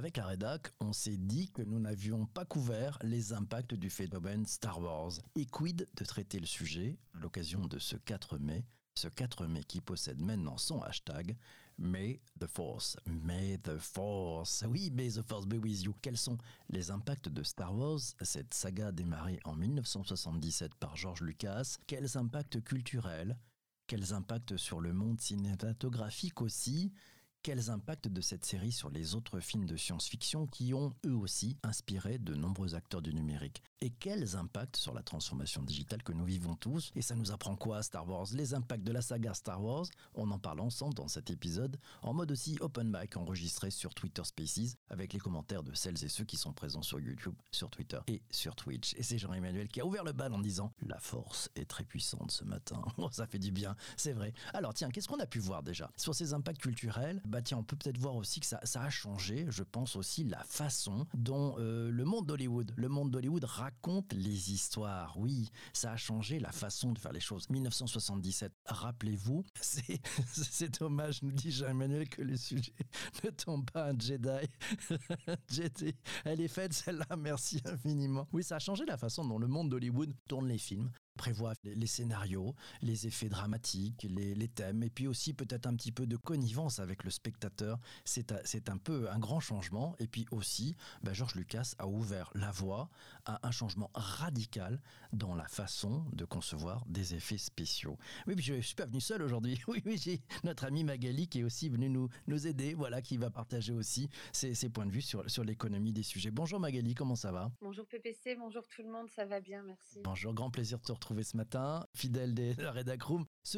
Avec la rédac, on s'est dit que nous n'avions pas couvert les impacts du phénomène Star Wars. Et quid de traiter le sujet à l'occasion de ce 4 mai, ce 4 mai qui possède maintenant son hashtag May the Force. May the Force. Oui, May the Force be with you. Quels sont les impacts de Star Wars, cette saga démarrée en 1977 par George Lucas? Quels impacts culturels? Quels impacts sur le monde cinématographique aussi? Quels impacts de cette série sur les autres films de science-fiction qui ont eux aussi inspiré de nombreux acteurs du numérique? Et quels impacts sur la transformation digitale que nous vivons tous? Et ça nous apprend quoi, Star Wars? Les impacts de la saga Star Wars, on en parle ensemble dans cet épisode, en mode aussi open mic enregistré sur Twitter Spaces, avec les commentaires de celles et ceux qui sont présents sur YouTube, sur Twitter et sur Twitch. Et c'est Jean-Emmanuel qui a ouvert le bal en disant « La force est très puissante ce matin ». Oh, ça fait du bien, c'est vrai. Alors tiens, qu'est-ce qu'on a pu voir déjà? Sur ces impacts culturels, bah tiens, on peut peut-être voir aussi que ça a changé, je pense aussi, la façon dont le monde d'Hollywood raconte les histoires. Oui, ça a changé la façon de faire les choses. 1977, rappelez-vous, c'est dommage, nous dit Jean-Emmanuel, que le sujet ne tombe pas un Jedi. Jedi, elle est faite celle-là, merci infiniment. Oui, ça a changé la façon dont le monde d'Hollywood tourne les films, prévoit les scénarios, les effets dramatiques, les thèmes, et puis aussi peut-être un petit peu de connivence avec le spectateur. C'est un peu un grand changement. Et puis aussi, George Lucas a ouvert la voie à un changement radical dans la façon de concevoir des effets spéciaux. Oui, puis je ne suis pas venu seul aujourd'hui. Oui, j'ai notre amie Magali qui est aussi venue nous aider, voilà, qui va partager aussi ses points de vue sur l'économie des sujets. Bonjour Magali, comment ça va? Bonjour PPC, bonjour tout le monde, ça va bien, merci. Bonjour, grand plaisir de te retrouver ce matin, fidèle de la Redac Room. Ce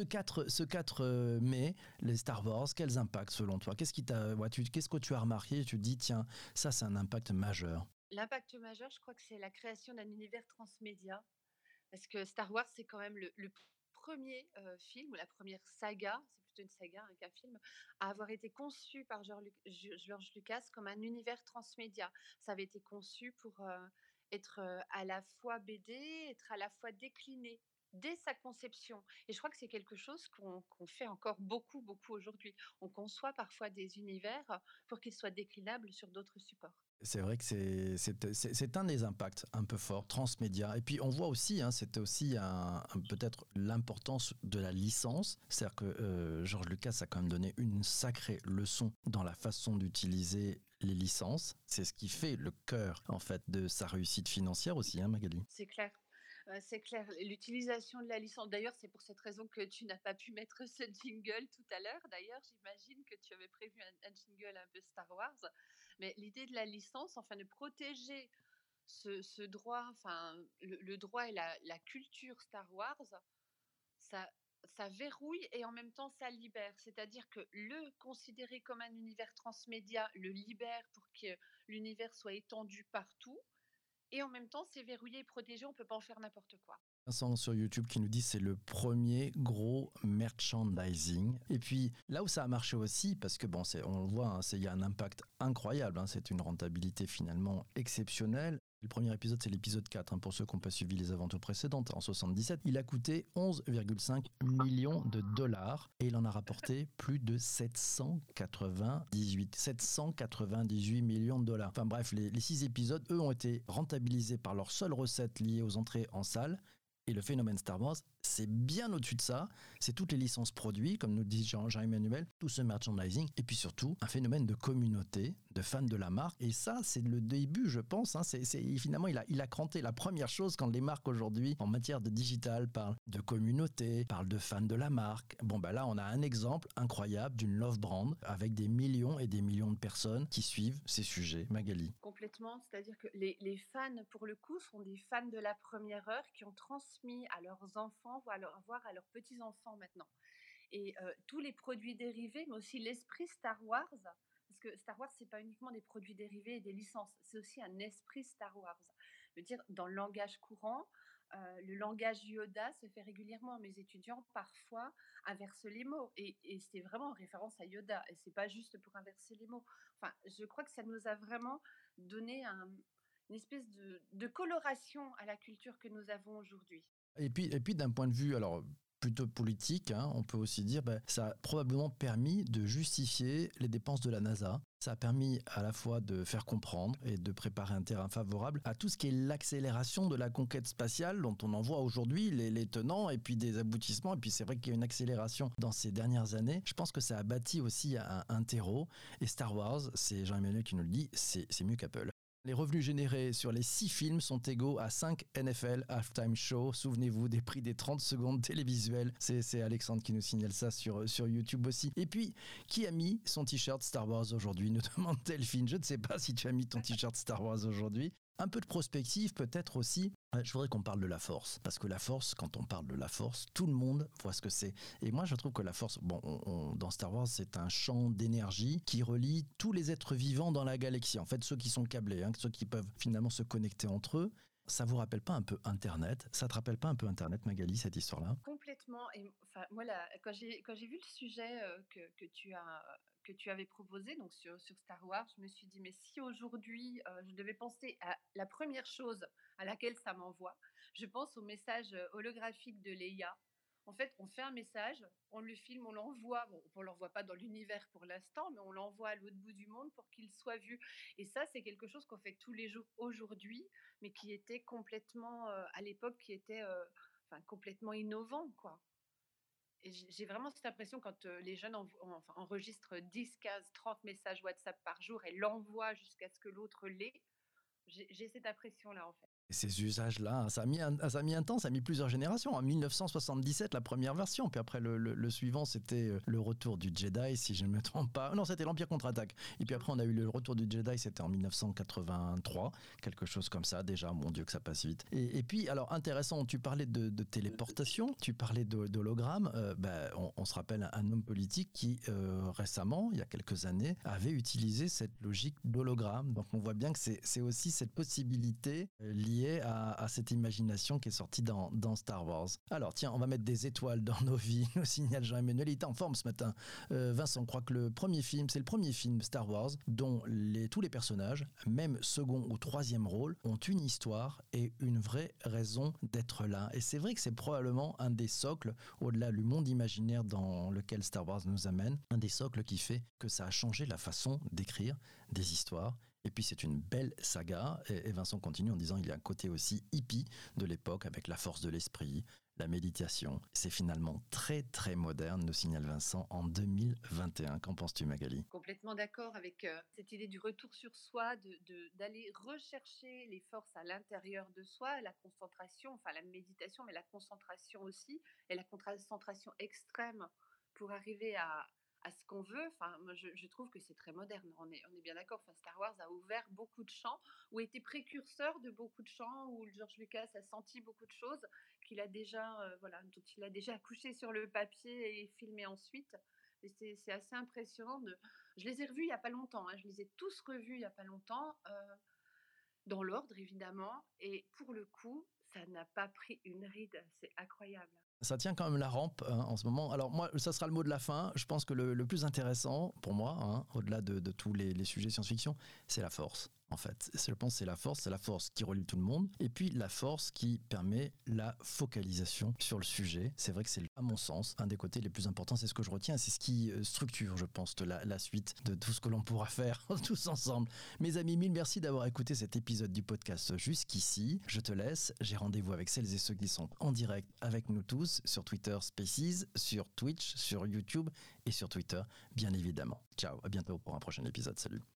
4 mai, les Star Wars, quels impacts selon toi? Qu'est-ce que tu as remarqué? Tu te dis, tiens, ça c'est un impact majeur. L'impact majeur, je crois que c'est la création d'un univers transmédia. Parce que Star Wars, c'est quand même le premier film, ou la première saga, c'est plutôt une saga qu'un film, à avoir été conçu par George Lucas comme un univers transmédia. Ça avait été conçu pour être à la fois BD, être à la fois décliné dès sa conception. Et je crois que c'est quelque chose qu'on fait encore beaucoup, beaucoup aujourd'hui. On conçoit parfois des univers pour qu'ils soient déclinables sur d'autres supports. C'est vrai que c'est un des impacts un peu forts, transmédia. Et puis on voit aussi, c'était aussi peut-être l'importance de la licence. C'est-à-dire que George Lucas a quand même donné une sacrée leçon dans la façon d'utiliser les licences. C'est ce qui fait le cœur en fait de sa réussite financière aussi, Magali. C'est clair. C'est clair, l'utilisation de la licence. D'ailleurs, c'est pour cette raison que tu n'as pas pu mettre ce jingle tout à l'heure. D'ailleurs, j'imagine que tu avais prévu un jingle un peu Star Wars. Mais l'idée de la licence, enfin de protéger ce droit, enfin le droit et la culture Star Wars, ça verrouille et en même temps ça libère. C'est-à-dire que le considérer comme un univers transmédia le libère pour que l'univers soit étendu partout. Et en même temps, c'est verrouillé et protégé, on ne peut pas en faire n'importe quoi. Vincent sur YouTube qui nous dit c'est le premier gros merchandising. Et puis là où ça a marché aussi, parce que on le voit, il y a un impact incroyable, c'est une rentabilité finalement exceptionnelle. Le premier épisode, c'est l'épisode 4, pour ceux qui n'ont pas suivi les aventures précédentes, en 77. Il a coûté 11,5 millions de dollars et il en a rapporté plus de 798 millions de dollars. Enfin bref, les 6 épisodes, eux, ont été rentabilisés par leurs seules recettes liées aux entrées en salle. Et le phénomène Star Wars, c'est bien au-dessus de ça. C'est toutes les licences produites, comme nous dit Jean-Emmanuel, tout ce merchandising. Et puis surtout, un phénomène de communauté, de fans de la marque. Et ça, c'est le début, je pense. Finalement, il a cranté la première chose quand les marques aujourd'hui, en matière de digital, parlent de communauté, parlent de fans de la marque. Là, on a un exemple incroyable d'une love brand avec des millions et des millions de personnes qui suivent ces sujets. Magali. Complètement. C'est-à-dire que les fans, pour le coup, sont des fans de la première heure qui ont transmis à leurs enfants, voire à leurs petits-enfants maintenant. Et tous les produits dérivés, mais aussi l'esprit Star Wars, parce que Star Wars, c'est pas uniquement des produits dérivés et des licences, c'est aussi un esprit Star Wars. Je veux dire, dans le langage courant, le langage Yoda se fait régulièrement. Mes étudiants, parfois, inversent les mots. Et c'est vraiment en référence à Yoda. Et c'est pas juste pour inverser les mots. Enfin, je crois que ça nous a vraiment donné une espèce de coloration à la culture que nous avons aujourd'hui. Et puis d'un point de vue, alors plutôt politique, hein, on peut aussi dire, ça a probablement permis de justifier les dépenses de la NASA. Ça a permis à la fois de faire comprendre et de préparer un terrain favorable à tout ce qui est l'accélération de la conquête spatiale dont on en voit aujourd'hui les tenants et puis des aboutissements. Et puis c'est vrai qu'il y a une accélération dans ces dernières années. Je pense que ça a bâti aussi un terreau. Et Star Wars, c'est Jean-Emmanuel qui nous le dit, c'est mieux qu'Apple. Les revenus générés sur les 6 films sont égaux à 5 NFL Halftime Show. Souvenez-vous des prix des 30 secondes télévisuelles. C'est Alexandre qui nous signale ça sur YouTube aussi. Et puis, qui a mis son t-shirt Star Wars aujourd'hui, nous demande Delphine. Je ne sais pas si tu as mis ton t-shirt Star Wars aujourd'hui. Un peu de prospective peut-être aussi. Je voudrais qu'on parle de la force. Parce que la force, quand on parle de la force, tout le monde voit ce que c'est. Et moi, je trouve que la force, dans Star Wars, c'est un champ d'énergie qui relie tous les êtres vivants dans la galaxie. En fait, ceux qui sont câblés, ceux qui peuvent finalement se connecter entre eux. Ça vous rappelle pas un peu Internet? Ça te rappelle pas un peu Internet, Magali, cette histoire-là? Complètement. Et enfin, moi, quand j'ai vu le sujet que tu avais proposé donc sur Star Wars, je me suis dit, mais si aujourd'hui je devais penser à la première chose à laquelle ça m'envoie, je pense au message holographique de Leia. En fait, on fait un message, on le filme, on l'envoie. Bon, on l'envoie pas dans l'univers pour l'instant, mais on l'envoie à l'autre bout du monde pour qu'il soit vu. Et ça, c'est quelque chose qu'on fait tous les jours aujourd'hui, mais qui était complètement, à l'époque, qui était enfin, complètement innovant, quoi. Et j'ai vraiment cette impression quand les jeunes enregistrent 10, 15, 30 messages WhatsApp par jour et l'envoient jusqu'à ce que l'autre l'ait. J'ai cette impression-là, en fait. Et ces usages-là, ça a mis un temps, ça a mis plusieurs générations. En 1977, la première version. Puis après, le suivant, c'était le retour du Jedi, si je ne me trompe pas. Non, c'était l'Empire contre-attaque. Et puis après, on a eu le retour du Jedi, c'était en 1983. Quelque chose comme ça, déjà. Mon Dieu, que ça passe vite. Et puis, alors, intéressant, tu parlais de téléportation, tu parlais d'hologramme. On se rappelle un homme politique qui, récemment, il y a quelques années, avait utilisé cette logique d'hologramme. Donc, on voit bien que c'est aussi cette possibilité liée à cette imagination qui est sortie dans Star Wars. Alors tiens, on va mettre des étoiles dans nos vies, nous signale Jean-Emmanuel. Il est en forme ce matin. Vincent croit que c'est le premier film Star Wars dont tous les personnages, même second ou troisième rôle, ont une histoire et une vraie raison d'être là. Et c'est vrai que c'est probablement un des socles, au-delà du monde imaginaire dans lequel Star Wars nous amène, un des socles qui fait que ça a changé la façon d'écrire des histoires. Et puis c'est une belle saga, et Vincent continue en disant il y a un côté aussi hippie de l'époque avec la force de l'esprit, la méditation. C'est finalement très très moderne, nous signale Vincent, en 2021. Qu'en penses-tu, Magali? Complètement d'accord avec cette idée du retour sur soi, d'aller rechercher les forces à l'intérieur de soi, la concentration, enfin la méditation, mais la concentration aussi, et la concentration extrême pour arriver à ce qu'on veut. Enfin, moi, je trouve que c'est très moderne. On est bien d'accord. Enfin, Star Wars a ouvert beaucoup de champs, ou été précurseur de beaucoup de champs, où George Lucas a senti beaucoup de choses qu'il a déjà, dont il a déjà accouché sur le papier et filmé ensuite. Et c'est assez impressionnant. Je les ai revus il n'y a pas longtemps. Je les ai tous revus il n'y a pas longtemps, dans l'ordre évidemment. Et pour le coup, ça n'a pas pris une ride. C'est incroyable. Ça tient quand même la rampe en ce moment. Alors moi, ça sera le mot de la fin. Je pense que le plus intéressant pour moi, au-delà de tous les sujets science-fiction, c'est la force. En fait, je pense que c'est la force qui relie tout le monde, et puis la force qui permet la focalisation sur le sujet. C'est vrai que c'est, à mon sens, un des côtés les plus importants, c'est ce que je retiens, c'est ce qui structure, je pense, la suite de tout ce que l'on pourra faire tous ensemble. Mes amis, mille merci d'avoir écouté cet épisode du podcast jusqu'ici. Je te laisse, j'ai rendez-vous avec celles et ceux qui sont en direct avec nous tous, sur Twitter Spaces, sur Twitch, sur YouTube et sur Twitter, bien évidemment. Ciao, à bientôt pour un prochain épisode, salut.